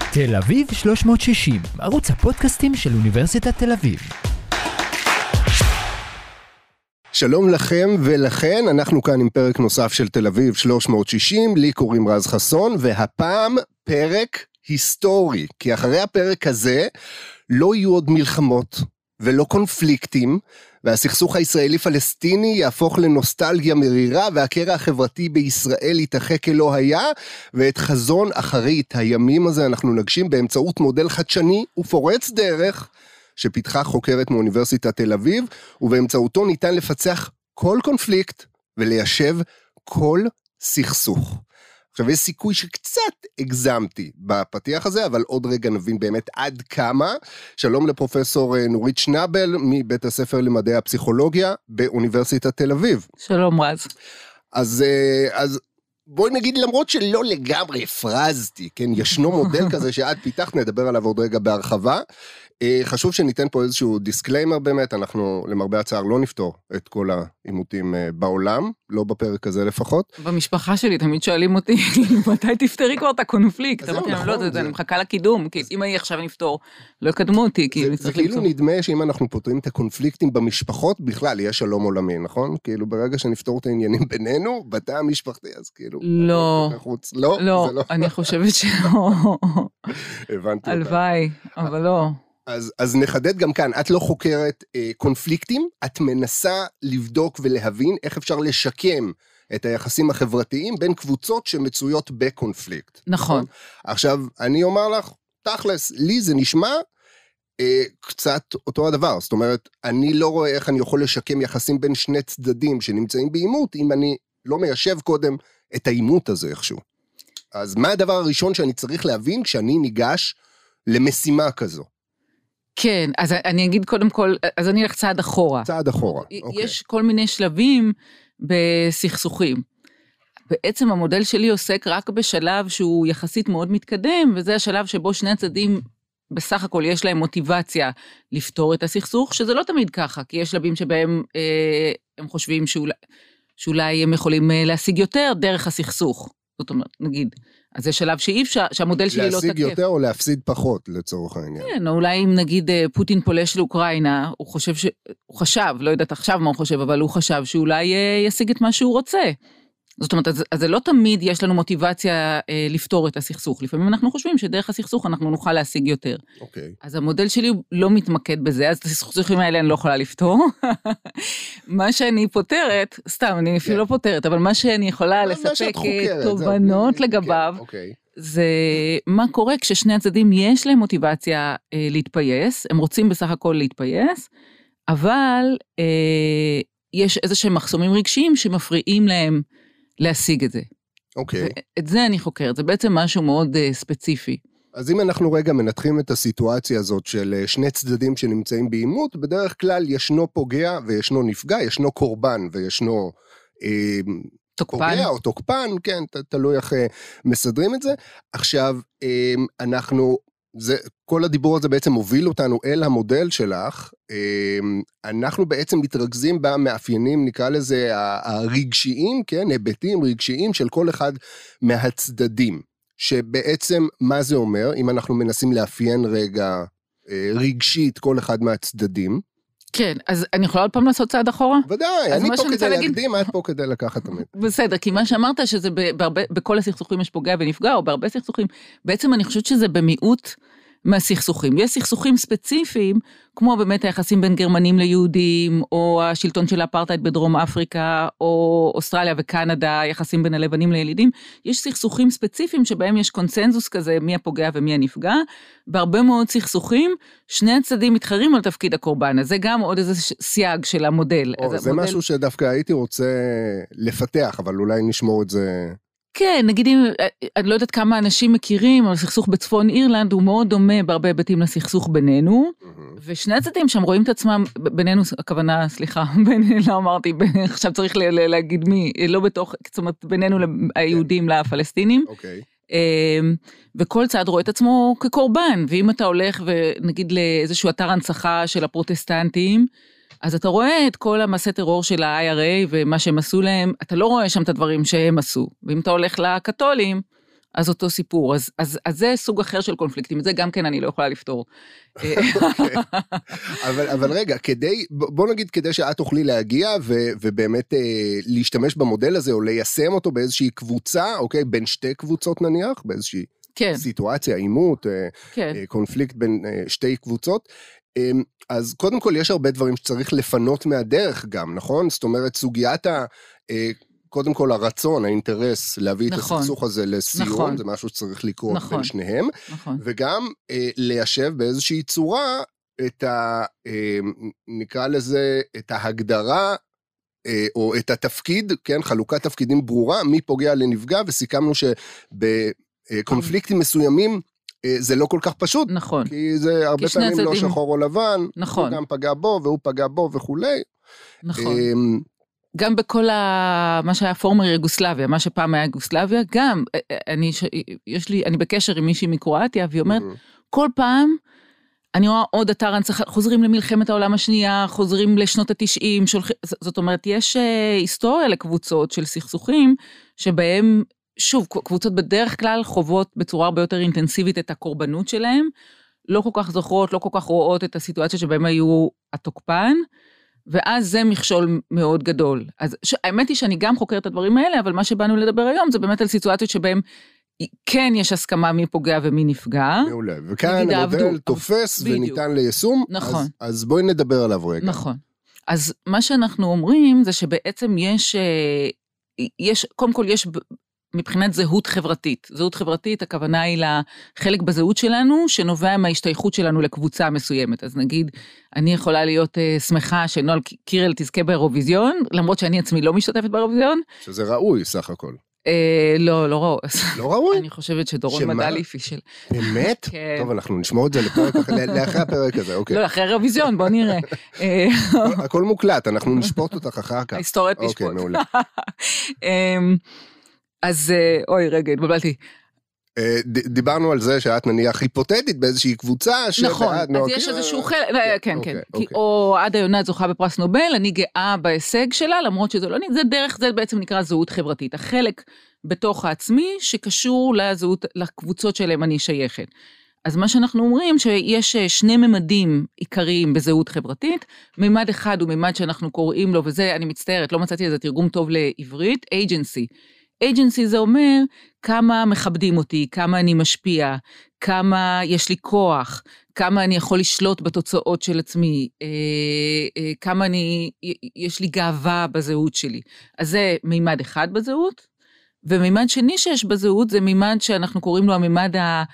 תל אביב 360, ערוץ הפודקאסטים של אוניברסיטת תל אביב. שלום לכם ולכן, אנחנו כאן עם פרק נוסף של תל אביב 360, לי קוראים רז חסון, והפעם פרק היסטורי, כי אחרי הפרק הזה לא יהיו עוד מלחמות ולא קונפליקטים, והסכסוך הישראלי-פלסטיני יהפוך לנוסטלגיה מרירה, והקרע החברתי בישראל יתרחק כלא היה, ואת חזון אחרית הימים הזה אנחנו נגשים באמצעות מודל חדשני ופורץ דרך, שפיתחה חוקרת מאוניברסיטת תל אביב, ובאמצעותו ניתן לפצח כל קונפליקט, וליישב כל סכסוך. עכשיו, יש סיכוי שקצת הגזמתי בפתיח הזה, אבל עוד רגע נבין באמת עד כמה. שלום לפרופסור נורית שנבל, מבית הספר למדעי הפסיכולוגיה, באוניברסיטת תל אביב. שלום רז. אז בואי נגיד, למרות שלא לגמרי הפרזתי, כן, ישנו מודל כזה שעד פיתחת, נדבר עליו עוד רגע בהרחבה, חשוב שניתן פה איזשהו דיסקליימר באמת, אנחנו למרבה הצער לא נפתור את כל העימותים בעולם, לא בפרק הזה לפחות. במשפחה שלי תמיד שואלים אותי, מתי תפתרי כבר את הקונפליקט? אמרתי להם, לא, אני מחכה לקידום, כי אם אני עכשיו נפתור, לא יקדמו אותי. זה כאילו נדמה שאם אנחנו פותרים את הקונפליקטים במשפחות, בכלל יהיה שלום עולמי, נכון? כאילו ברגע שנפתור את העניינים בינינו, בתא המשפחתי, אז כאילו... לא, אני חושבת שלא. הבנתי. הלוואי, אבל לא. אז נחדד גם כאן, את לא חוקרת קונפליקטים, את מנסה לבדוק ולהבין איך אפשר לשקם את היחסים החברתיים בין קבוצות שמצויות בקונפליקט. נכון. עכשיו, אני אומר לך, תכלס, לי זה נשמע קצת אותו הדבר, זאת אומרת, אני לא רואה איך אני יכול לשקם יחסים בין שני צדדים שנמצאים בעימות, אם אני לא מיישב קודם את העימות הזה איכשהו. אז מה הדבר הראשון שאני צריך להבין כשאני ניגש למשימה כזו? כן, אז אני אגיד קודם כל, אז אני אלך צעד אחורה. צעד אחורה, אוקיי. יש כל מיני שלבים בסכסוכים. בעצם המודל שלי עוסק רק בשלב שהוא יחסית מאוד מתקדם, וזה השלב שבו שני הצדדים בסך הכל יש להם מוטיבציה לפתור את הסכסוך, שזה לא תמיד ככה, כי יש שלבים שבהם הם חושבים שאולי הם יכולים להשיג יותר דרך הסכסוך. זאת אומרת, נגיד, אז זה שלב שאי אפשר, שהמודל שלי לא תקף. להשיג יותר או להפסיד פחות לצורך העניין. כן, אולי אם נגיד פוטין פולש לאוקראינה, הוא חשב, לא יודעת עכשיו מה הוא חושב, אבל הוא חשב שאולי ישיג את מה שהוא רוצה. זאת אומרת, אז זה לא תמיד יש לנו מוטיבציה לפתור את הסכסוך. לפעמים אנחנו חושבים שדרך הסכסוך אנחנו נוכל להשיג יותר. אוקיי. אז המודל שלי לא מתמקד בזה, אז את הסכסוכים האלה אני לא יכולה לפתור. מה שאני פותרת, סתם, אני אפילו לא פותרת, אבל מה שאני יכולה לספק תובנות לגביו, זה מה קורה כששני הצדדים יש להם מוטיבציה להתפייס, הם רוצים בסך הכל להתפייס, אבל יש איזשהם מחסומים רגשיים שמפריעים להם להשיג את זה. אוקיי. את זה אני חוקרת, זה בעצם משהו מאוד ספציפי. אז אם אנחנו רגע מנתחים את הסיטואציה הזאת של שני צדדים שנמצאים בעימות, בדרך כלל ישנו פוגע וישנו נפגע, ישנו קורבן וישנו פוגע או תוקפן, כן, תלוי איך מסדרים את זה. עכשיו, כל הדיבור הזה בעצם מוביל אותנו אל המודל שלך, אנחנו בעצם מתרכזים במאפיינים, נקרא לזה הרגשיים, כן, היבטים רגשיים של כל אחד מהצדדים, שבעצם מה זה אומר, אם אנחנו מנסים לאפיין רגע רגשית כל אחד מהצדדים, כן, אז אני יכולה עוד פעם לעשות צעד אחורה? ודאי, אני פה כדי להקדים, את פה כדי לקחת תמיד. בסדר, כי מה שאמרת שזה בכל הסכסוכים יש פוגע ונפגע, או בהרבה סכסוכים, בעצם אני חושבת שזה במיעוט מהסכסוכים. יש סכסוכים ספציפיים, כמו באמת היחסים בין גרמנים ליהודים, או השלטון של האפרטהייד בדרום אפריקה, או אוסטרליה וקנדה, יחסים בין הלבנים לילידים. יש סכסוכים ספציפיים שבהם יש קונצנזוס כזה, מי הפוגע ומי הנפגע. בהרבה מאוד סכסוכים, שני הצדדים מתחרים על תפקיד הקורבן, אז זה גם עוד איזה סייג של המודל. זה משהו שדווקא הייתי רוצה לפתח, אבל אולי נשמור את זה... כן, נגיד, אני לא יודעת כמה אנשים מכירים, אבל הסכסוך בצפון אירלנד הוא מאוד דומה בהרבה היבטים לסכסוך בינינו, ושני הצדדים שם רואים את עצמם, בינינו, הכוונה, סליחה, לא אמרתי, עכשיו צריך להגיד מי, לא בתוך, זאת אומרת, בינינו היהודים לפלסטינים, וכל צד רואה את עצמו כקורבן, ואם אתה הולך ונגיד לאיזשהו אתר הנצחה של הפרוטסטנטים, אז אתה רואה את כל המעשה טרור של ה-IRA ומה שהם עשו להם, אתה לא רואה שם את הדברים שהם עשו. ואם אתה הולך לקתולים, אז אותו סיפור. אז זה סוג אחר של קונפליקטים, זה גם כן אני לא יכולה לפתור. אבל רגע, בוא נגיד, כדי שאת תוכלי להגיע, ובאמת להשתמש במודל הזה, או ליישם אותו באיזושהי קבוצה, אוקיי, בין שתי קבוצות נניח, באיזושהי סיטואציה, עימות, קונפליקט בין שתי קבוצות, אז קודם כל יש הרבה דברים שצריך לפנות מהדרך גם, נכון? זאת אומרת, סוגיית קודם כל הרצון, האינטרס להביא את הסכסוך הזה לסיום, זה משהו שצריך לקרות בין שניהם, וגם ליישב באיזושהי צורה את נקרא לזה, את ההגדרה, או את התפקיד, כן, חלוקת תפקידים ברורה, מי פוגע לנפגע, וסיכמנו שבקונפליקטים מסוימים, זה לא כל כך פשוט, נכון. כי זה הרבה פעמים לא שחור או לבן, נכון. הוא גם פגע בו, והוא פגע בו וכולי. נכון. גם בכל מה שהיה פורמר יוגוסלביה, מה שפעם היה יוגוסלביה, גם, אני בקשר עם מישהי מקרואטיה, והיא אומרת, כל פעם, אני רואה עוד אתר הנצחה, חוזרים למלחמת העולם השנייה, חוזרים לשנות ה-90, זאת אומרת, יש היסטוריה לקבוצות של סכסוכים, שבהם, שוב, קבוצות בדרך כלל חוות בצורה הרבה יותר אינטנסיבית את הקורבנות שלהם, לא כל כך זוכרות, לא כל כך רואות את הסיטואציה שבהם היו התוקפן, ואז זה מכשול מאוד גדול. אז האמת היא שאני גם חוקרת את הדברים האלה, אבל מה שבאנו לדבר היום זה באמת על סיטואציות שבהם כן יש הסכמה מי פוגע ומי נפגע. מעולה, וכאן המודל תופס וניתן ליישום, נכון. אז בואי נדבר עליו רגע. נכון. אז מה שאנחנו אומרים זה שבעצם קודם כל יש מבחינת זהות חברתית. זהות חברתית, הכוונה היא לחלק בזהות שלנו, שנובע מההשתייכות שלנו לקבוצה מסוימת. אז נגיד, אני יכולה להיות שמחה שנועל קירל תזכה באירוויזיון, למרות שאני עצמי לא משתתפת באירוויזיון. שזה ראוי, סך הכל. לא ראוי. לא ראוי? אני חושבת שדורון מדלי פישל. באמת? טוב, אנחנו נשמור את זה לאחרי הפרק הזה, אוקיי. לא, אחרי אירוויזיון, בוא נראה. הכל מוקלט, אנחנו נשפוט אותך אחר כך. ההיסטוריה תשפוט. אוקיי, מעולה. אז, אוי, רגע, התבלבלתי. דיברנו על זה שאת נניח היפותטית באיזושהי קבוצה. נכון, אז יש איזשהו חלק, כן. או עדה יונת זוכה בפרס נובל, אני גאה בהישג שלה, למרות שזה לא, זה בעצם נקרא זהות חברתית. החלק בתוך העצמי שקשור לקבוצות שלהם אני שייכת. אז מה שאנחנו אומרים שיש שני ממדים עיקריים בזהות חברתית, ממד אחד הוא ממד שאנחנו קוראים לו, וזה אני מצטערת, לא מצאתי איזה תרגום טוב לעברית, agency. agency זה אומר כמה מכבדים אותי, כמה אני משפיע, כמה יש לי כוח, כמה אני יכול לשלוט בתוצאות של עצמי, כמה יש לי גאווה בזהות שלי. אז זה מימד אחד בזהות, ומימד שני שיש בזהות זה מימד שאנחנו קוראים לו המימד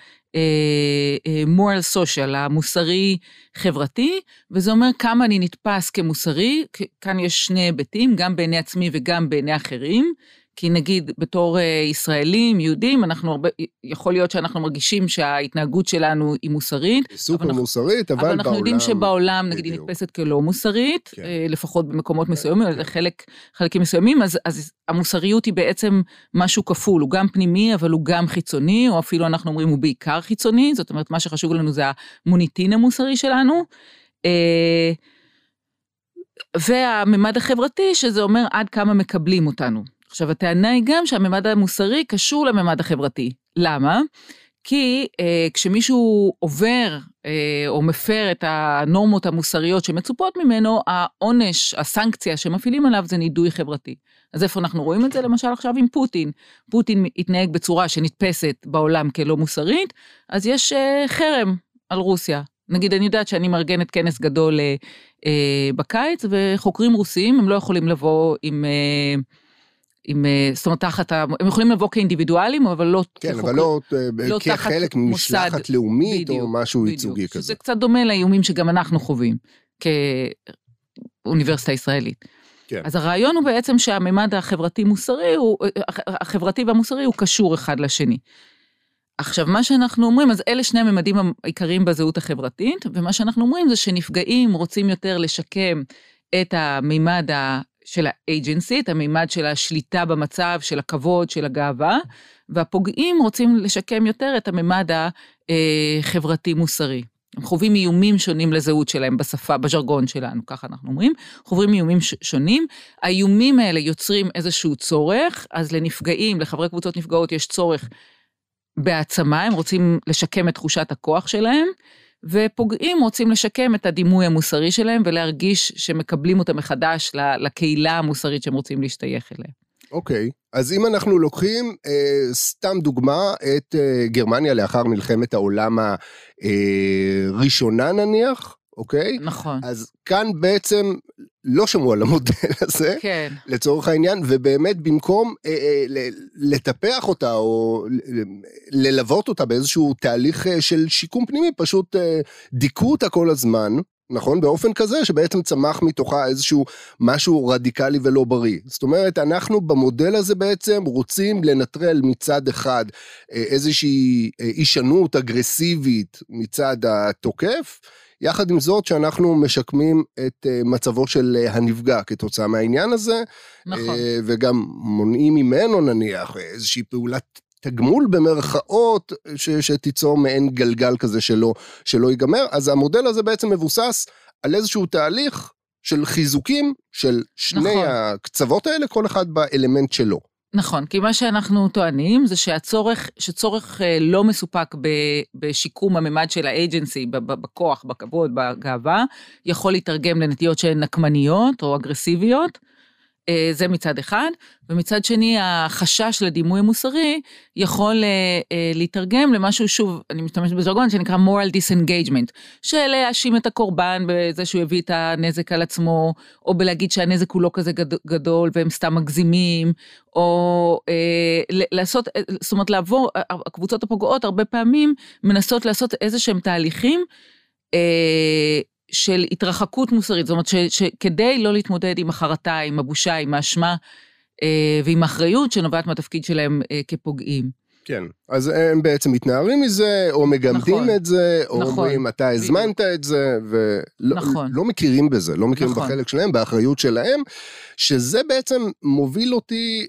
moral social, המוסרי חברתי, וזה אומר כמה אני נתפס כמוסרי, כאן יש שני היבטים, גם בעיני עצמי וגם בעיני אחרים, כי נגיד בתור ישראלים, יהודים, יכול להיות שאנחנו מרגישים שההתנהגות שלנו היא מוסרית. היא סופר מוסרית, אבל בעולם... אבל אנחנו יודעים שבעולם, נגיד, היא נתפסת כלא מוסרית, לפחות במקומות מסוימים, חלקים מסוימים, אז המוסריות היא בעצם משהו כפול, הוא גם פנימי, אבל הוא גם חיצוני, או אפילו אנחנו אומרים הוא בעיקר חיצוני, זאת אומרת, מה שחשוב לנו זה המוניטין המוסרי שלנו, והממד החברתי, שזה אומר עד כמה מקבלים אותנו. עכשיו, הטענה היא גם שהממד המוסרי קשור לממד החברתי. למה? כי כשמישהו עובר או מפר את הנורמות המוסריות שמצופות ממנו, העונש, הסנקציה שמפעילים עליו זה נידוי חברתי. אז איפה אנחנו רואים את זה? למשל עכשיו עם פוטין. פוטין התנהג בצורה שנתפסת בעולם כלא מוסרית, אז יש חרם על רוסיה. נגיד, אני יודעת שאני מארגנת כנס גדול בקיץ, וחוקרים רוסיים, הם לא יכולים לבוא זאת אומרת, הם יכולים לבוא כאינדיבידואלים, אבל לא... כן, אבל לא כחלק ממשלחת לאומית, או משהו ייצוגי כזה. זה קצת דומה לאיומים שגם אנחנו חווים, כאוניברסיטה ישראלית. אז הרעיון הוא בעצם שהממד החברתי והמוסרי הוא קשור אחד לשני. עכשיו, מה שאנחנו אומרים, אז אלה שני הממדים העיקריים בזהות החברתית, ומה שאנחנו אומרים זה שנפגעים רוצים יותר לשקם את הממד של האג'נסי, את המימד של השליטה במצב, של הכבוד, של הגאווה, והפוגעים רוצים לשקם יותר את הממד החברתי-מוסרי. הם חווים איומים שונים לזהות שלהם בשפה, בז'רגון שלנו, ככה אנחנו אומרים, חווים איומים שונים, האיומים האלה יוצרים איזשהו צורך, אז לנפגעים, לחברי קבוצות נפגעות יש צורך בהעצמה, הם רוצים לשקם את תחושת הכוח שלהם, ופוגעים רוצים לשקם את הדימוי המוסרי שלהם, ולהרגיש שמקבלים אותם מחדש לקהילה המוסרית שהם רוצים להשתייך אליה. אוקיי, אז אם אנחנו לוקחים סתם דוגמה את גרמניה לאחר מלחמת העולם הראשונה נניח, אוקיי? נכון. אז כאן בעצם לא שמעו על המודל הזה, כן. לצורך העניין, ובאמת במקום לטפח אותה או ללוות אותה באיזשהו תהליך של שיקום פנימי, פשוט דיכאו אותה כל הזמן, נכון? באופן כזה שבעצם צמח מתוכה איזשהו משהו רדיקלי ולא בריא. זאת אומרת, אנחנו במודל הזה בעצם רוצים לנטרל מצד אחד איזושהי אישנות אגרסיבית מצד התוקף, יחד עם זאת שאנחנו משקמים את מצבו של הנפגע כתוצאה מהעניין הזה, נכון. וגם מונעים ממנו נניח איזושהי פעולת תגמול במרכאות שתיצור מעין גלגל כזה שלא ייגמר, אז המודל הזה בעצם מבוסס על איזשהו תהליך של חיזוקים של שני נכון. הקצוות האלה, כל אחד באלמנט שלו. נכון, כי מה שאנחנו טוענים זה שצורך לא מסופק בשיקום הממד של האג'נסי, בכוח, בכבוד, בגאווה, יכול להתרגם לנטיות שהן נקמניות או אגרסיביות, זה מצד אחד, ומצד שני החשש לדימוי המוסרי יכול להתרגם למשהו, שוב, אני משתמשת בז'רגון שנקרא moral disengagement, שלהאשים את הקורבן בזה שהוא הביא את הנזק על עצמו, או בלהגיד שהנזק הוא לא כזה גדול והם סתם מגזימים, או לעשות, זאת אומרת לעבור, הקבוצות הפוגעות הרבה פעמים מנסות לעשות איזה שהם תהליכים, של התרחקות מוסרית, זאת אומרת שכדי לא להתמודד עם החרטה, עם הבושה, עם האשמה, ועם האחריות שנובעת מהתפקיד שלהם כפוגעים. כן, אז הם בעצם מתנערים מזה, או מגמדים נכון, את זה, או נכון, אומרים, אתה הזמנת את זה, ולא נכון. לא מכירים בזה, לא מכירים נכון. בחלק שלהם, באחריות שלהם, שזה בעצם מוביל אותי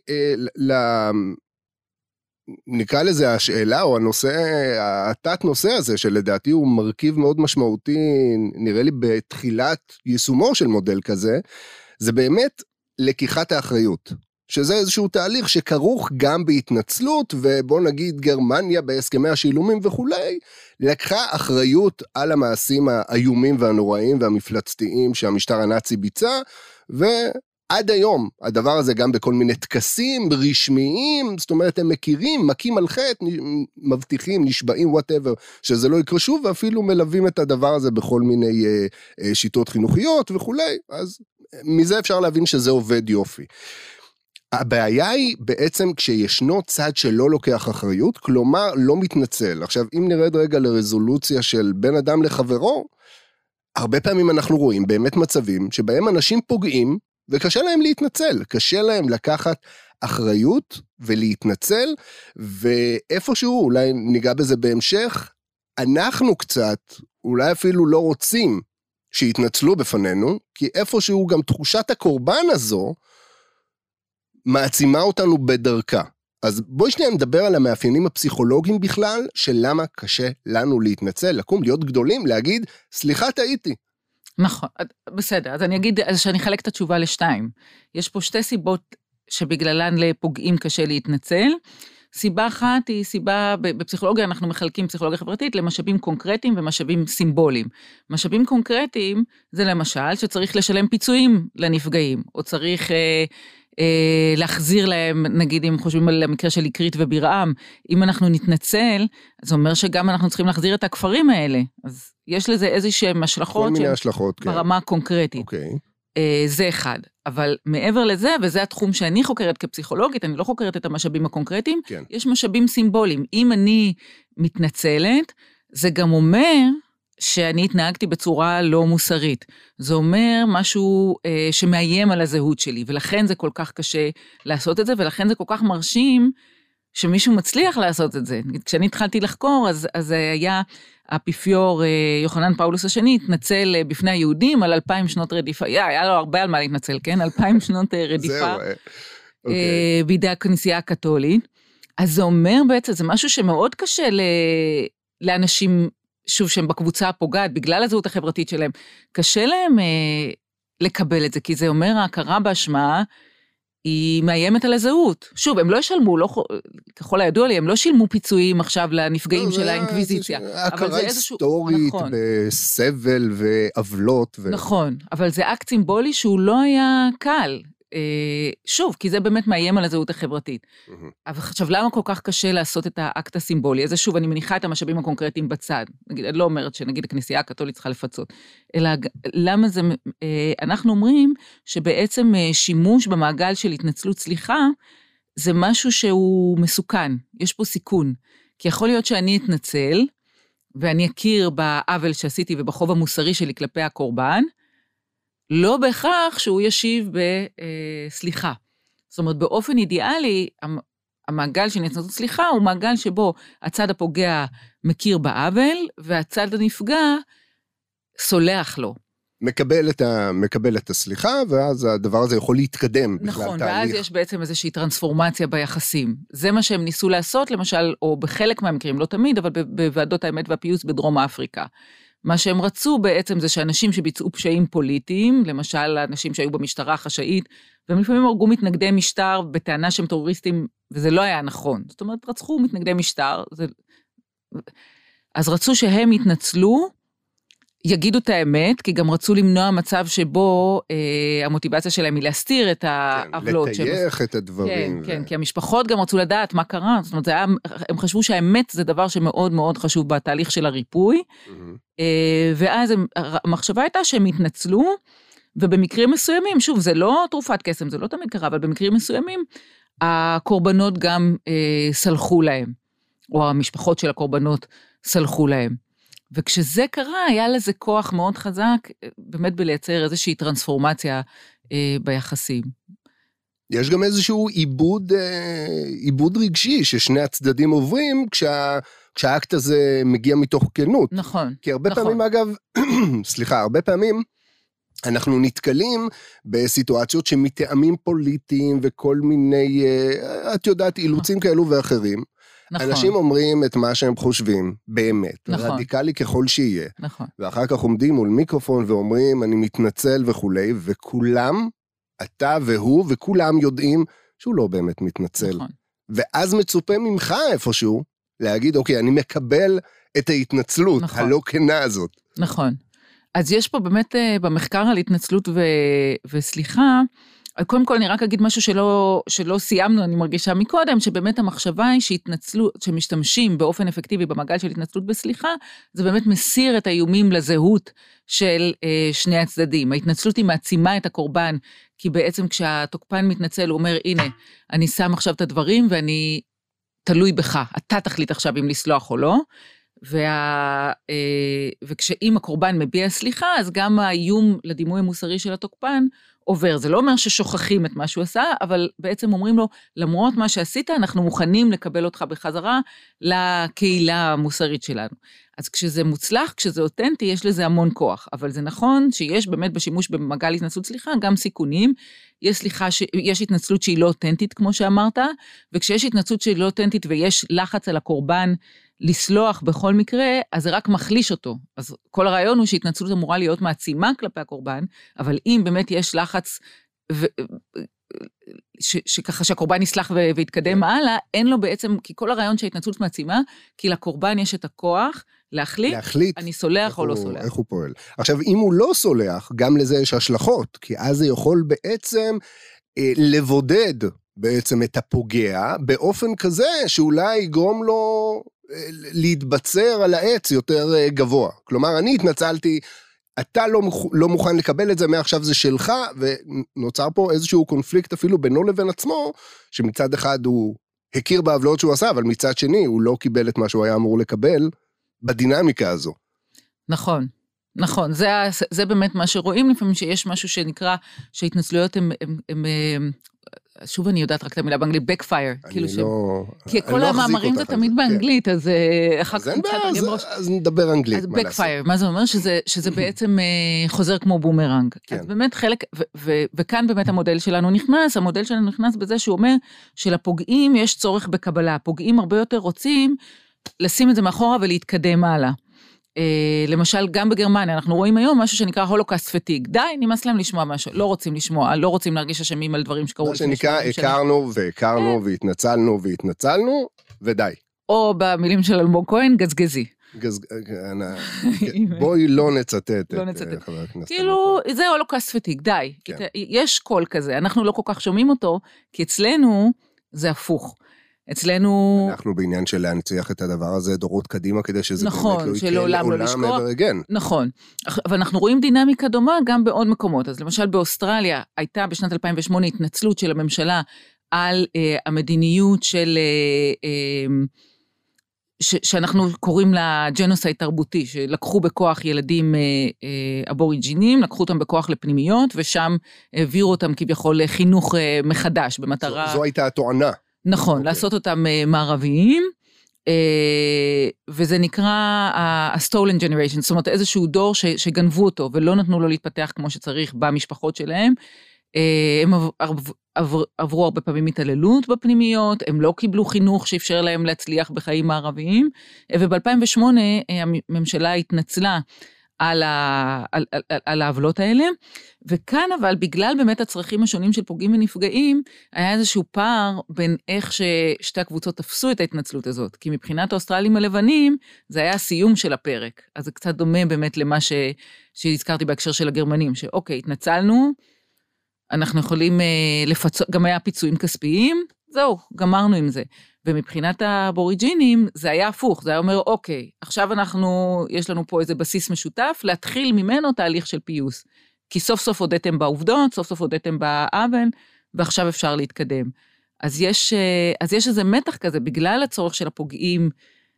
נקרא לזה השאלה, או הנושא, התת נושא הזה, שלדעתי הוא מרכיב מאוד משמעותי, נראה לי בתחילת יישומו של מודל כזה, זה באמת לקיחת האחריות. שזה איזשהו תהליך שכרוך גם בהתנצלות, ובוא נגיד גרמניה בהסכמי השילומים וכולי, לקחה אחריות על המעשים האיומים והנוראים והמפלצתיים שהמשטר הנאצי ביצע, ועד היום הדבר הזה גם בכל מיני טקסים רשמיים, זאת אומרת הם מכירים, מכים על חטא, מבטיחים, נשבעים, whatever, שזה לא יקרה שוב, ואפילו מלווים את הדבר הזה בכל מיני שיטות חינוכיות וכולי, אז מזה אפשר להבין שזה עובד יופי. הבעיה היא בעצם כשישנו צד שלא לוקח אחריות, כלומר לא מתנצל. עכשיו, אם נרד רגע לרזולוציה של בין אדם לחברו, הרבה פעמים אנחנו רואים באמת מצבים שבהם אנשים פוגעים, וקשה להם להתנצל, קשה להם לקחת אחריות ולהתנצל, ואיפשהו, אולי ניגע בזה בהמשך, אנחנו קצת, אולי אפילו לא רוצים שיתנצלו בפנינו, כי איפשהו גם תחושת הקורבן הזו, מעצימה אותנו בדרכה. אז בואי שנייה נדבר על המאפיינים הפסיכולוגיים בכלל, של למה קשה לנו להתנצל, לקום, להיות גדולים, להגיד, סליחה, טעיתי. נכון, בסדר, אז אני אגיד, אז שאני אחלק את התשובה לשתיים. יש פה שתי סיבות שבגללן לפוגעים קשה להתנצל. סיבה אחת היא סיבה, בפסיכולוגיה אנחנו מחלקים פסיכולוגיה חברתית למשאבים קונקרטיים ומשאבים סימבוליים. משאבים קונקרטיים זה למשל שצריך לשלם פיצויים לנפגעים, או צריך להחזיר להם, נגיד אם חושבים על המקרה של איקרית ובירעם, אם אנחנו נתנצל, זה אומר שגם אנחנו צריכים להחזיר את הכפרים האלה, אז יש לזה איזשהם השלכות, כל מיני השלכות, כן. ברמה קונקרטית. אוקיי. זה אחד, אבל מעבר לזה, וזה התחום שאני חוקרת כפסיכולוגית, אני לא חוקרת את המשאבים הקונקרטיים, כן. יש משאבים סימבוליים. אם אני מתנצלת, זה גם אומר שאני התנהגתי בצורה לא מוסרית. זה אומר משהו שמאיים על הזהות שלי, ולכן זה כל כך קשה לעשות את זה, ולכן זה כל כך מרשים שמישהו מצליח לעשות את זה. כשאני התחלתי לחקור, אז היה האפיפיור יוחנן פאולוס השני, התנצל בפני היהודים על 2000 שנות רדיפה, היה לו הרבה על מה להתנצל, כן? 2000 שנות רדיפה בידי הכנסייה הקתולית. אז זה אומר בעצם, זה משהו שמאוד קשה לאנשים, שוב, שהם בקבוצה הפוגעת, בגלל הזהות החברתית שלהם, קשה להם לקבל את זה, כי זה אומר ההכרה באשמה, היא מאיימת על הזהות. שוב, הם לא ישלמו, ככל הידוע לי, הם לא שילמו פיצויים עכשיו לנפגעים של האינקוויזיציה. הכרה היסטורית בסבל ועוולות. נכון, אבל זה אקט סימבולי שהוא לא היה קל. שוב, כי זה באמת מאיים על הזהות החברתית. אבל עכשיו, למה כל כך קשה לעשות את האקט הסימבולי? אז זה שוב, אני מניחה את המשאבים הקונקרטיים בצד. נגיד, אני לא אומרת שנגיד הכנסייה הקתולית צריכה לפצות. אלא למה זה, אנחנו אומרים שבעצם שימוש במעגל של התנצלות סליחה, זה משהו שהוא מסוכן. יש פה סיכון. כי יכול להיות שאני אתנצל, ואני אכיר בעוול שעשיתי ובחוב המוסרי שלי כלפי הקורבן, לא בהכרח שהוא ישיב בסליחה. זאת אומרת, באופן אידיאלי, המעגל של התנצלות סליחה הוא מעגל שבו הצד הפוגע מכיר בעוול, והצד הנפגע סולח לו. מקבל את הסליחה, ואז הדבר הזה יכול להתקדם. נכון, ואז יש בעצם איזושהי טרנספורמציה ביחסים. זה מה שהם ניסו לעשות, למשל, או בחלק מהמקרים, לא תמיד, אבל בוועדות האמת והפיוס בדרום אפריקה. מה שהם רצו בעצם זה שאנשים שביצעו פשעים פוליטיים, למשל אנשים שהיו במשטרה חשאית, והם לפעמים הרגו מתנגדי משטר בטענה שהם טרוריסטים, וזה לא היה נכון. זאת אומרת, רצחו מתנגדי משטר, אז רצו שהם יתנצלו, יגידו את האמת, כי גם רצו למנוע מצב שבו המוטיבציה שלהם היא להסתיר את העוולות. לטייח את הדברים. כן, כי המשפחות גם רצו לדעת מה קרה, זאת אומרת, הם חשבו שהאמת זה דבר שמאוד מאוד חשוב בתהליך של הריפוי, ואז המחשבה הייתה שהם התנצלו, ובמקרים מסוימים, שוב, זה לא תרופת קסם, זה לא תמיד קרה, אבל במקרים מסוימים, הקורבנות גם סלחו להם, או המשפחות של הקורבנות סלחו להם. וכשזה קרה, היה לזה כוח מאוד חזק, באמת בלייצר איזושהי טרנספורמציה ביחסים. יש גם איזשהו עיבוד רגשי ששני הצדדים עוברים, כשהאקט הזה מגיע מתוך כנות. נכון. כי הרבה פעמים, אגב, הרבה פעמים, אנחנו נתקלים בסיטואציות שמטעמים פוליטיים וכל מיני, את יודעת, אילוצים כאלו ואחרים, נכון. אנשים אומרים את מה שהם חושבים, באמת, נכון. רדיקלי ככל שיהיה, נכון. ואחר כך עומדים מול מיקרופון ואומרים, אני מתנצל וכולי, וכולם, אתה והוא, וכולם יודעים שהוא לא באמת מתנצל. נכון. ואז מצופה ממך איפשהו, להגיד, אוקיי, אני מקבל את ההתנצלות, נכון. הלא כנה הזאת. נכון. אז יש פה באמת במחקר על התנצלות וסליחה, קודם כל אני רק אגיד משהו שלא סיימנו, אני מרגישה מקודם, שבאמת המחשבה היא שמשתמשים באופן אפקטיבי במעגל של התנצלות בסליחה, זה באמת מסיר את האיומים לזהות של שני הצדדים. ההתנצלות היא מעצימה את הקורבן, כי בעצם כשהתוקפן מתנצל, הוא אומר, הנה, אני שם עכשיו את הדברים, ואני תלוי בך, אתה תחליט עכשיו אם לסלוח או לא, וכשאם הקורבן מביע סליחה, אז גם האיום לדימוי המוסרי של התוקפן עובר. זה לא אומר ששוכחים את מה שהוא עשה, אבל בעצם אומרים לו, למרות מה שעשית, אנחנו מוכנים לקבל אותך בחזרה לקהילה המוסרית שלנו. אז כשזה מוצלח, כשזה אותנטי, יש לזה המון כוח. אבל זה נכון שיש באמת בשימוש במעגל התנצלות סליחה, גם סיכונים. יש התנצלות שהיא לא אותנטית, כמו שאמרת, וכשיש התנצלות שהיא לא אותנטית, ויש לחץ על הקורבן לסלוח בכל מקרה, אז זה רק מחליש אותו. אז כל הרעיון הוא שהתנצלות אמורה להיות מעצימה כלפי הקורבן, אבל אם באמת יש לחץ, שככה שהקורבן יסלח ויתקדם הלאה, אין לו בעצם, כי כל הרעיון שההתנצלות מעצימה, כי לקורבן יש את הכוח להחליט אני סולח או לא סולח. איך הוא פועל. עכשיו, אם הוא לא סולח, גם לזה יש השלכות, כי אז זה יכול בעצם לבודד בעצם את הפוגע, באופן כזה שאולי יגרום לו להתבצר על העץ יותר גבוה. כלומר, אני התנצלתי, אתה לא מוכן לקבל את זה, מעכשיו זה שלך, ונוצר פה איזשהו קונפליקט אפילו בינו לבין עצמו, שמצד אחד הוא הכיר בעוולות שהוא עשה, אבל מצד שני הוא לא קיבל את מה שהוא היה אמור לקבל בדינמיקה הזו. נכון. נכון, זה באמת מה שרואים לפעמים, שיש משהו שנקרא, שהתנצלויות הם שוב אני יודעת רק את המילה באנגלית, backfire. אני לא... כי כל המאמרים זה תמיד באנגלית, אז אחר כך אז נדבר אנגלית. אז backfire, מה זה אומר? שזה בעצם חוזר כמו בומרנג. אז באמת חלק, וכאן באמת המודל שלנו נכנס בזה שהוא אומר, שלפוגעים יש צורך בקבלה. הפוגעים הרבה יותר רוצים לשים את זה מאחורה ולהתקדם הלאה. למשל, גם בגרמניה, אנחנו רואים היום משהו שנקרא הולוקאסט פטיג. די, נמאס להם לשמוע משהו. לא רוצים לשמוע, לא רוצים להרגיש אשמים על דברים שקרו. מה שנקרא, הכרנו והתנצלנו, ודי. או במילים של אלמוג כהן, גזגזי. בואי לא נצטט את חבר הכנסת. כאילו, זה הולוקאסט פטיג, די. יש קול כזה, אנחנו לא כל כך שומעים אותו, כי אצלנו זה הפוך. אצלנו... אנחנו בעניין של להנציח את הדבר הזה דורות קדימה, כדי שזה נכון, באמת לא יקרה לעולם מעבר הגן. נכון, אבל אנחנו רואים דינמיקה דומה גם בעוד מקומות. אז למשל באוסטרליה הייתה בשנת 2008 התנצלות של הממשלה על המדיניות של... שאנחנו קוראים לה ג'נוסייד תרבותי, שלקחו בכוח ילדים אבוריג'ינים, לקחו אותם בכוח לפנימיות, ושם העבירו אותם כביכול לחינוך מחדש, במטרה... זו הייתה התואנה. נכון, לעשות אותם מערביים, וזה נקרא ה-stolen generation, זאת אומרת איזשהו דור שגנבו אותו, ולא נתנו לו להתפתח כמו שצריך במשפחות שלהם, הם עברו הרבה פעמים התעללות בפנימיות, הם לא קיבלו חינוך שאפשר להם להצליח בחיים מערביים, וב-2008 הממשלה התנצלה על העוולות האלה, וכאן אבל בגלל באמת הצרכים השונים של פוגעים ונפגעים, היה איזשהו פער בין איך ששתי הקבוצות תפסו את ההתנצלות הזאת, כי מבחינת האוסטרלים הלבנים, זה היה הסיום של הפרק, אז זה קצת דומה באמת למה שהזכרתי בהקשר של הגרמנים, שאוקיי, התנצלנו, אנחנו יכולים לפצות, גם היה פיצויים כספיים, זהו, גמרנו עם זה. ומבחינת האבוריג'ינים, זה היה הפוך, זה היה אומר, אוקיי, עכשיו יש לנו פה איזה בסיס משותף, להתחיל ממנו תהליך של פיוס. כי סוף סוף הודיתם בעובדות, סוף סוף הודיתם בעוול, ועכשיו אפשר להתקדם. אז יש איזה מתח כזה, בגלל הצורך של הפוגעים,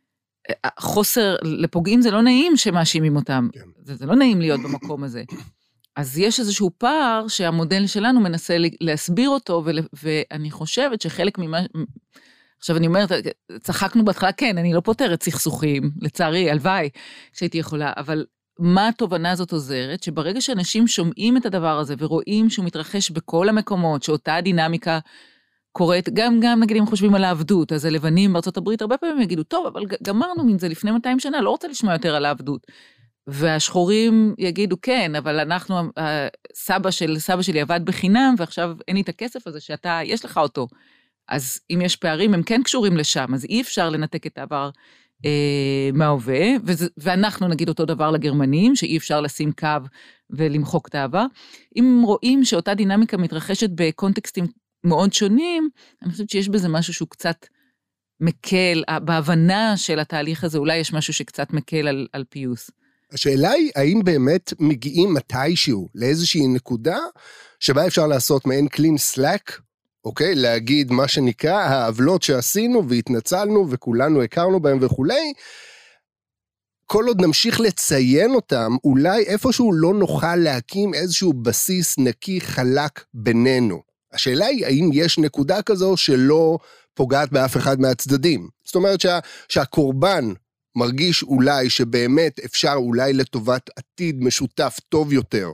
לפוגעים זה לא נעים שמאשימים אותם, זה לא נעים להיות במקום הזה. אז יש איזשהו פער שהמודל שלנו מנסה להסביר אותו, ואני חושבת שחלק ממה... עכשיו אני אומרת, צחקנו בהתחלה, כן, אני לא פותרת סכסוכים, לצערי, הלוואי שהייתי יכולה, אבל מה התובנה הזאת עוזרת? שברגע שאנשים שומעים את הדבר הזה, ורואים שהוא מתרחש בכל המקומות, שאותה הדינמיקה קורית, גם נגיד אם חושבים על העבדות, אז הלבנים בארצות הברית הרבה פעמים יגידו, טוב, אבל גמרנו מזה לפני 200 שנה, לא רוצה לשמוע יותר על העבדות. והשחורים יגידו, כן, אבל סבא שלי עבד בחינם, ועכשיו אין לי את הכסף הזה יש לך אותו. אז אם יש פערים, הם כן קשורים לשם, אז אי אפשר לנתק את העבר מההווה, ואנחנו נגיד אותו דבר לגרמנים, שאי אפשר לשים קו ולמחוק את העבר. אם רואים שאותה דינמיקה מתרחשת בקונטקסטים מאוד שונים, אני חושבת שיש בזה משהו שהוא קצת מקל, בהבנה של התהליך הזה, אולי יש משהו שקצת מקל על פיוס. השאלה היא, האם באמת מגיעים מתישהו לאיזושהי נקודה, שבה אפשר לעשות מעין קלין סלאק, אוקיי? להגיד מה שנקרא, העוולות שעשינו והתנצלנו וכולנו הכרנו בהם וכולי, כל עוד נמשיך לציין אותם, אולי איפשהו לא נוכל להקים איזשהו בסיס נקי חלק בינינו. השאלה היא, האם יש נקודה כזו שלא פוגעת באף אחד מהצדדים? זאת אומרת שהקורבן מרגיש אולי שבאמת אפשר אולי לטובת עתיד משותף טוב יותר,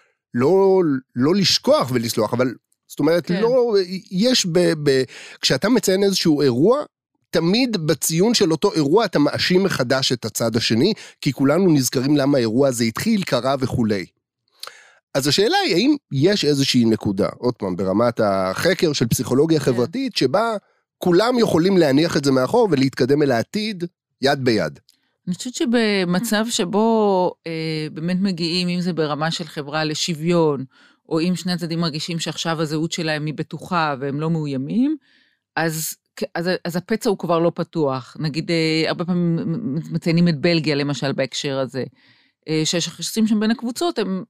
לא לשכוח ולסלוח, אבל זאת אומרת, כן. לא, יש כשאתה מציין איזשהו אירוע, תמיד בציון של אותו אירוע אתה מאשים מחדש את הצד השני, כי כולנו נזכרים למה האירוע הזה התחיל, קרה וכולי. אז השאלה היא, האם יש איזושהי נקודה, עוד פעם, ברמת החקר של פסיכולוגיה חברתית, שבה כולם יכולים להניח את זה מאחור, ולהתקדם אל העתיד יד ביד. אני חושבת שבמצב שבו באמת מגיעים, אם זה ברמה של חברה לשוויון, או אם שני הצדדים מרגישים שעכשיו הזהות שלהם היא בטוחה, והם לא מאוימים, אז הפצע הוא כבר לא פתוח. נגיד, הרבה פעמים מציינים את בלגיה, למשל, בהקשר הזה, שהיחסים שם בין הקבוצות הם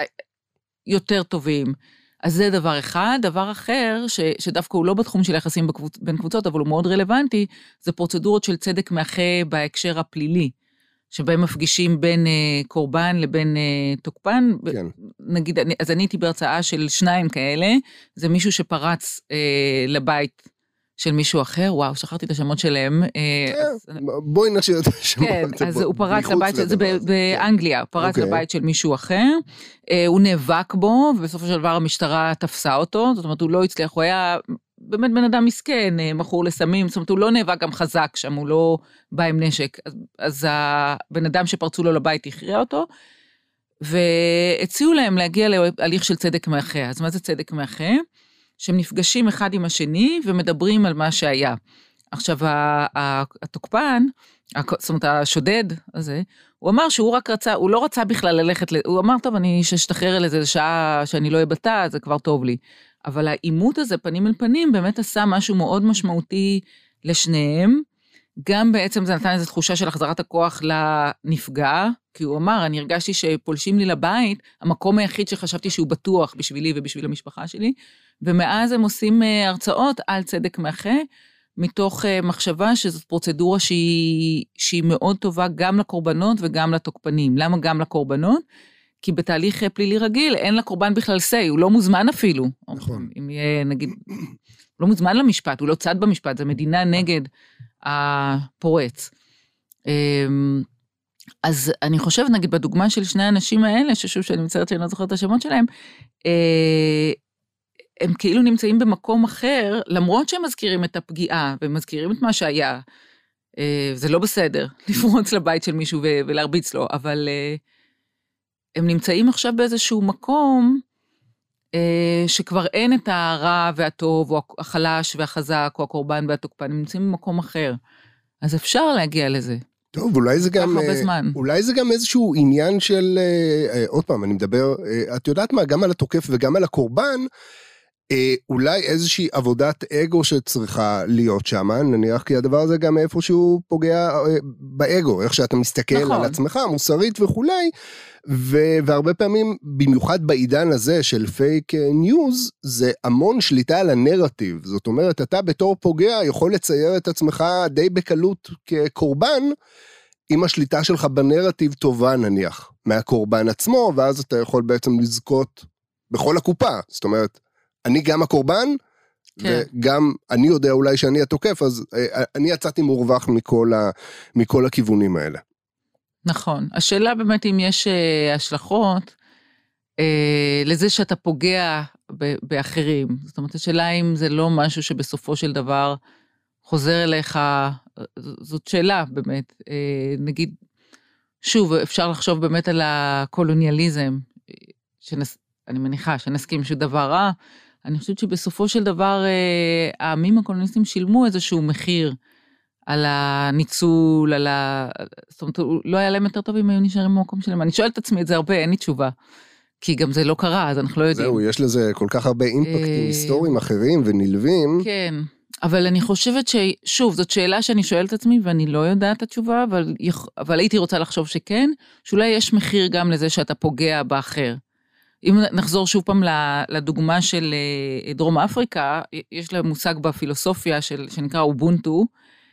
יותר טובים. אז זה דבר אחד. דבר אחר, שדווקא הוא לא בתחום של היחסים בין קבוצות, אבל הוא מאוד רלוונטי, זה פרוצדורות של צדק מאחה בהקשר הפלילי, שבהם מפגישים בין קורבן לבין תוקפן. כן. נגיד, אז אני הייתי בהרצאה של 2 כאלה, זה מישהו שפרץ לבית של מישהו אחר, וואו, שכחתי את השמות שלהם. בואי נשאיר את השמות. כן, אז הוא פרץ לבית, זה באנגליה, הוא פרץ לבית של מישהו אחר, הוא נאבק בו, ובסופו של דבר המשטרה תפסה אותו, זאת אומרת, הוא לא הצליח, הוא היה באמת בן אדם מסכן, מכור לסמים, זאת אומרת, הוא לא נאבק גם חזק שם, הוא לא בא עם נשק, אז הבן אדם שפרצו לו לבית הכריע אותו, והציעו להם להגיע להליך של צדק מאחה. אז מה זה צדק מאחה? שהם נפגשים אחד עם השני ומדברים על מה שהיה. עכשיו, התוקפן, זאת אומרת, השודד הזה, הוא אמר שהוא רק רצה, הוא לא רצה בכלל ללכת, הוא אמר, טוב, אני אשתחרר על איזה שעה שאני לא אבטא, זה כבר טוב לי. אבל העימות הזה, פנים אל פנים, באמת עשה משהו מאוד משמעותי לשניהם, גם בעצם זה נתן איזו תחושה של החזרת הכוח לנפגע, כי הוא אמר, אני הרגשתי שפולשים לי לבית, המקום היחיד שחשבתי שהוא בטוח בשבילי ובשביל המשפחה שלי, ומאז הם עושים הרצאות על צדק מאחה, מתוך מחשבה שזאת פרוצדורה שהיא מאוד טובה גם לקורבנות וגם לתוקפנים. למה גם לקורבנות? כי בתהליך פלילי רגיל אין לקורבן בכלל סי, הוא לא מוזמן אפילו. נכון. אם יהיה, נגיד, הוא לא מוזמן למשפט, הוא לא צד במשפט, זה מדינה נגד הפורץ. אז אני חושבת, נגיד, בדוגמה של שני האנשים האלה, ששוב שאני מצטערת שאני לא זוכרת את השמות שלהם, הם כאילו נמצאים במקום אחר, למרות שהם מזכירים את הפגיעה, ומזכירים את מה שהיה. זה לא בסדר, לפרוץ לבית של מישהו ולהרביץ לו, אבל הם נמצאים עכשיו באיזשהו מקום, שכבר אין את הרע והטוב, או החלש והחזק, או הקורבן והתוקפן, הם נמצאים במקום אחר. אז אפשר להגיע לזה. טוב, אולי זה גם איזשהו עניין של, עוד פעם, אני מדבר, את יודעת מה, גם על התוקף וגם על הקורבן, אולי איזושהי עבודת אגו שצריכה להיות שם, נניח, כי הדבר הזה גם איפשהו פוגע באגו, איך שאתה מסתכל נכון. על עצמך, מוסרית וכולי, והרבה פעמים, במיוחד בעידן הזה של פייק ניוז, זה המון שליטה על הנרטיב, זאת אומרת, אתה בתור פוגע יכול לצייר את עצמך די בקלות כקורבן, אם השליטה שלך בנרטיב טובה נניח, מהקורבן עצמו, ואז אתה יכול בעצם לזכות בכל הקופה, זאת אומרת, אני גם הקורבן, כן. וגם אני יודע אולי שאני התוקף, אז אני יצאתי מורווח מכל הכיוונים האלה. נכון. השאלה באמת אם יש השלכות לזה שאתה פוגע באחרים. זאת אומרת, השאלה אם זה לא משהו שבסופו של דבר חוזר אליך, זאת שאלה באמת. נגיד, שוב, אפשר לחשוב באמת על הקולוניאליזם, אני מניחה שנסכים שהוא דבר רע, אני חושבת שבסופו של דבר העמים הקולוניאליסטים שילמו איזשהו מחיר על הניצול, זאת אומרת, לא היה להם יותר טוב אם היו נשארים במקום שלהם. אני שואלת את עצמי את זה הרבה, אין לי תשובה. כי גם זה לא קרה, אז אנחנו לא יודעים. זהו, יש לזה כל כך הרבה אימפקטים היסטוריים אחרים ונלווים. כן, אבל אני חושבת שוב, זאת שאלה שאני שואלת את עצמי, ואני לא יודעת את התשובה, אבל הייתי רוצה לחשוב שכן, שאולי יש מחיר גם לזה שאתה פוגע באחר. אם נחזור שוב פעם לדוגמה של דרום אפריקה, יש לה מושג בפילוסופיה שנקרא אובונטו,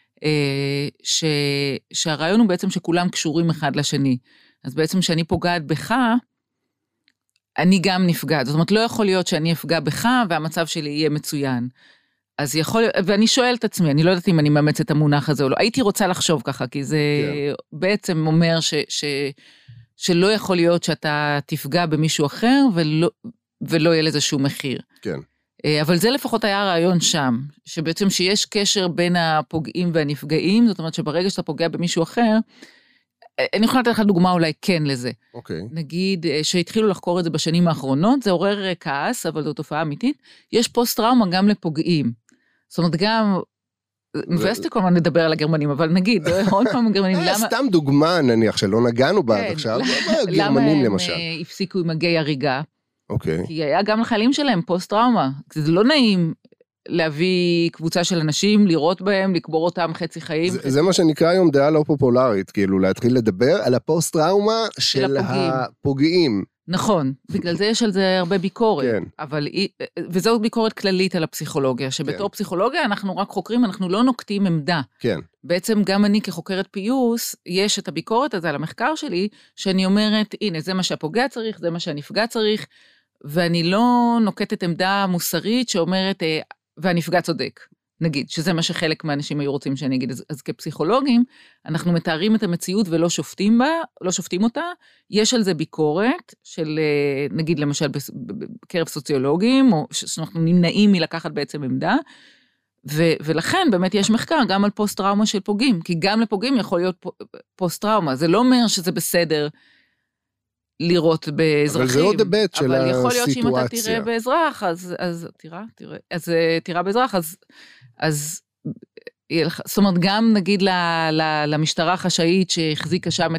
שהרעיון הוא בעצם שכולם קשורים אחד לשני. אז בעצם שאני פוגעת בך, אני גם נפגעת. זאת אומרת, לא יכול להיות שאני אפגע בך, והמצב שלי יהיה מצוין. אז יכול, ואני שואלת את עצמי, אני לא יודעת אם אני מאמץ את המונח הזה או לא, הייתי רוצה לחשוב ככה, כי זה בעצם אומר שלא יכול להיות שאתה תפגע במישהו אחר, ולא יהיה לזה שום מחיר. כן. אבל זה לפחות היה הרעיון שם, שבעצם שיש קשר בין הפוגעים והנפגעים, זאת אומרת שברגע שאתה פוגע במישהו אחר, אני יכולה לתת לך דוגמה אולי כן לזה. אוקיי. נגיד שהתחילו לחקור את זה בשנים האחרונות, זה עורר כעס, אבל זו תופעה אמיתית, יש פוסט-טראומה גם לפוגעים. זאת אומרת גם, מבאס לי כל הזמן לדבר על הגרמנים, אבל נגיד, עוד פעם הגרמנים, למה... סתם דוגמה נניח שלא נגענו בה עד עכשיו, גרמנים למשל. למה הם הפסיקו עם מגי הריגה? אוקיי. כי היה גם לחיילים שלהם פוסט-טראומה. זה לא נעים להביא קבוצה של אנשים, לראות בהם, לקבור אותם חצי חיים. זה מה שנקרא היום דעה לא פופולרית, כאילו להתחיל לדבר על הפוסט-טראומה של הפוגעים. נכון, בגלל זה יש על זה הרבה ביקורת, כן. וזו ביקורת כללית על הפסיכולוגיה, שבתור פסיכולוגיה אנחנו רק חוקרים, אנחנו לא נוקטים עמדה. כן. בעצם גם אני כחוקרת פיוס, יש את הביקורת הזה על המחקר שלי, שאני אומרת, הנה, זה מה שהפוגע צריך, זה מה שהנפגע צריך, ואני לא נוקטת עמדה מוסרית שאומרת, והנפגע צודק. נגיד, שזה מה שחלק מהאנשים היו רוצים שאני אגיד, אז כפסיכולוגים, אנחנו מתארים את המציאות ולא שופטים בה, לא שופטים אותה, יש על זה ביקורת של, נגיד למשל בקרב סוציולוגים, או שאנחנו נמנעים מלקחת בעצם עמדה, ולכן באמת יש מחקר גם על פוסט-טראומה של פוגעים, כי גם לפוגעים יכול להיות פוסט-טראומה, זה לא אומר שזה בסדר לירות באזרחים. אבל זה עוד היבט של הסיטואציה. אבל יכול להיות שאם אתה תראה באזרח, אז תראה באזרח, אז זאת אומרת, גם נגיד למשטרה החשאית שהחזיקה שם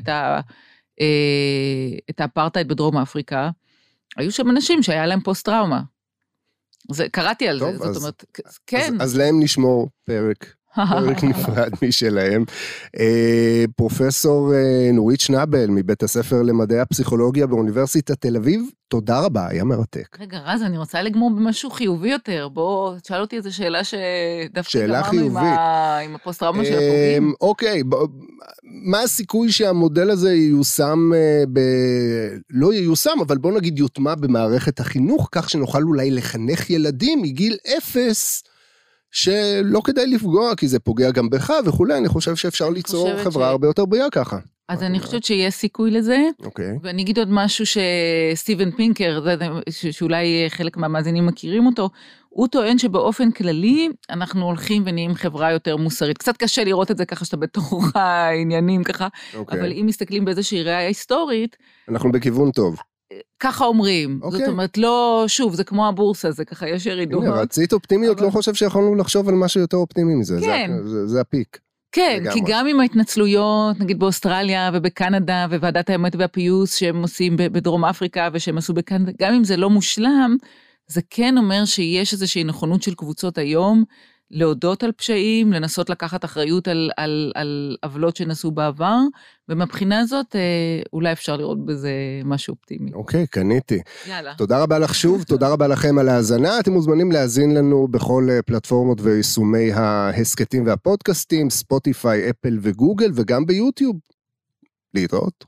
את האפרטהייד בדרום אפריקה, היו שם אנשים שהיה להם פוסט-טראומה. קראתי על זה, זאת אומרת, כן. אז להם נשמור פרק נפרד משלהם. פרופסור נורית שנבל, מבית הספר למדעי הפסיכולוגיה באוניברסיטת תל אביב, תודה רבה, היה מרתק. רגע, רז, אני רוצה לגמור במשהו חיובי יותר, בוא, תשאל אותי איזו שאלה שדווקא גמרנו עם הפוסט-טראומה של הפוגעים. אוקיי, מה הסיכוי שהמודל הזה ייושם, לא ייושם, אבל בוא נגיד יוטמע במערכת החינוך, כך שנוכל אולי לחנך ילדים מגיל 0, שלא כדאי לפגוע, כי זה פוגע גם בך וכולי, אני חושב שאפשר ליצור חברה הרבה יותר בריאה ככה. אז אני חושבת שיש סיכוי לזה, ואני אגיד עוד משהו שסטיבן פינקר, שאולי חלק מהמאזינים מכירים אותו, הוא טוען שבאופן כללי אנחנו הולכים ונהיים חברה יותר מוסרית. קצת קשה לראות את זה ככה שאתה בתוך העניינים ככה, אבל אם מסתכלים באיזושהי ראייה היסטורית, אנחנו בכיוון טוב. ככה אומרים, זאת אומרת, לא, שוב, זה כמו הבורסה, זה ככה יש ירידות. הנה, רצית אופטימיות, לא חושב שיכולנו לחשוב על משהו יותר אופטימי מזה, זה הפיק. כן, כי גם עם ההתנצלויות, נגיד באוסטרליה ובקנדה, וועדת האמת והפיוס שהם עושים בדרום אפריקה, ושהם עשו בקנדה, גם אם זה לא מושלם, זה כן אומר שיש איזושהי נכונות של קבוצות היום, להודות על פשעים, לנסות לקחת אחריות על עוולות שנעשו בעבר, ומבחינה הזאת אולי אפשר לראות בזה משהו אופטימי. אוקיי, קניתי. יאללה. תודה רבה לך שוב, תודה רבה לכם על ההאזנה, אתם מוזמנים להאזין לנו בכל פלטפורמות ויישומי ההסקטים והפודקאסטים, ספוטיפיי, אפל וגוגל, וגם ביוטיוב. להתראות.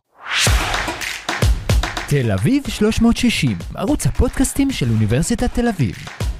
תל אביב 360, ערוץ הפודקאסטים של אוניברסיטת תל אביב.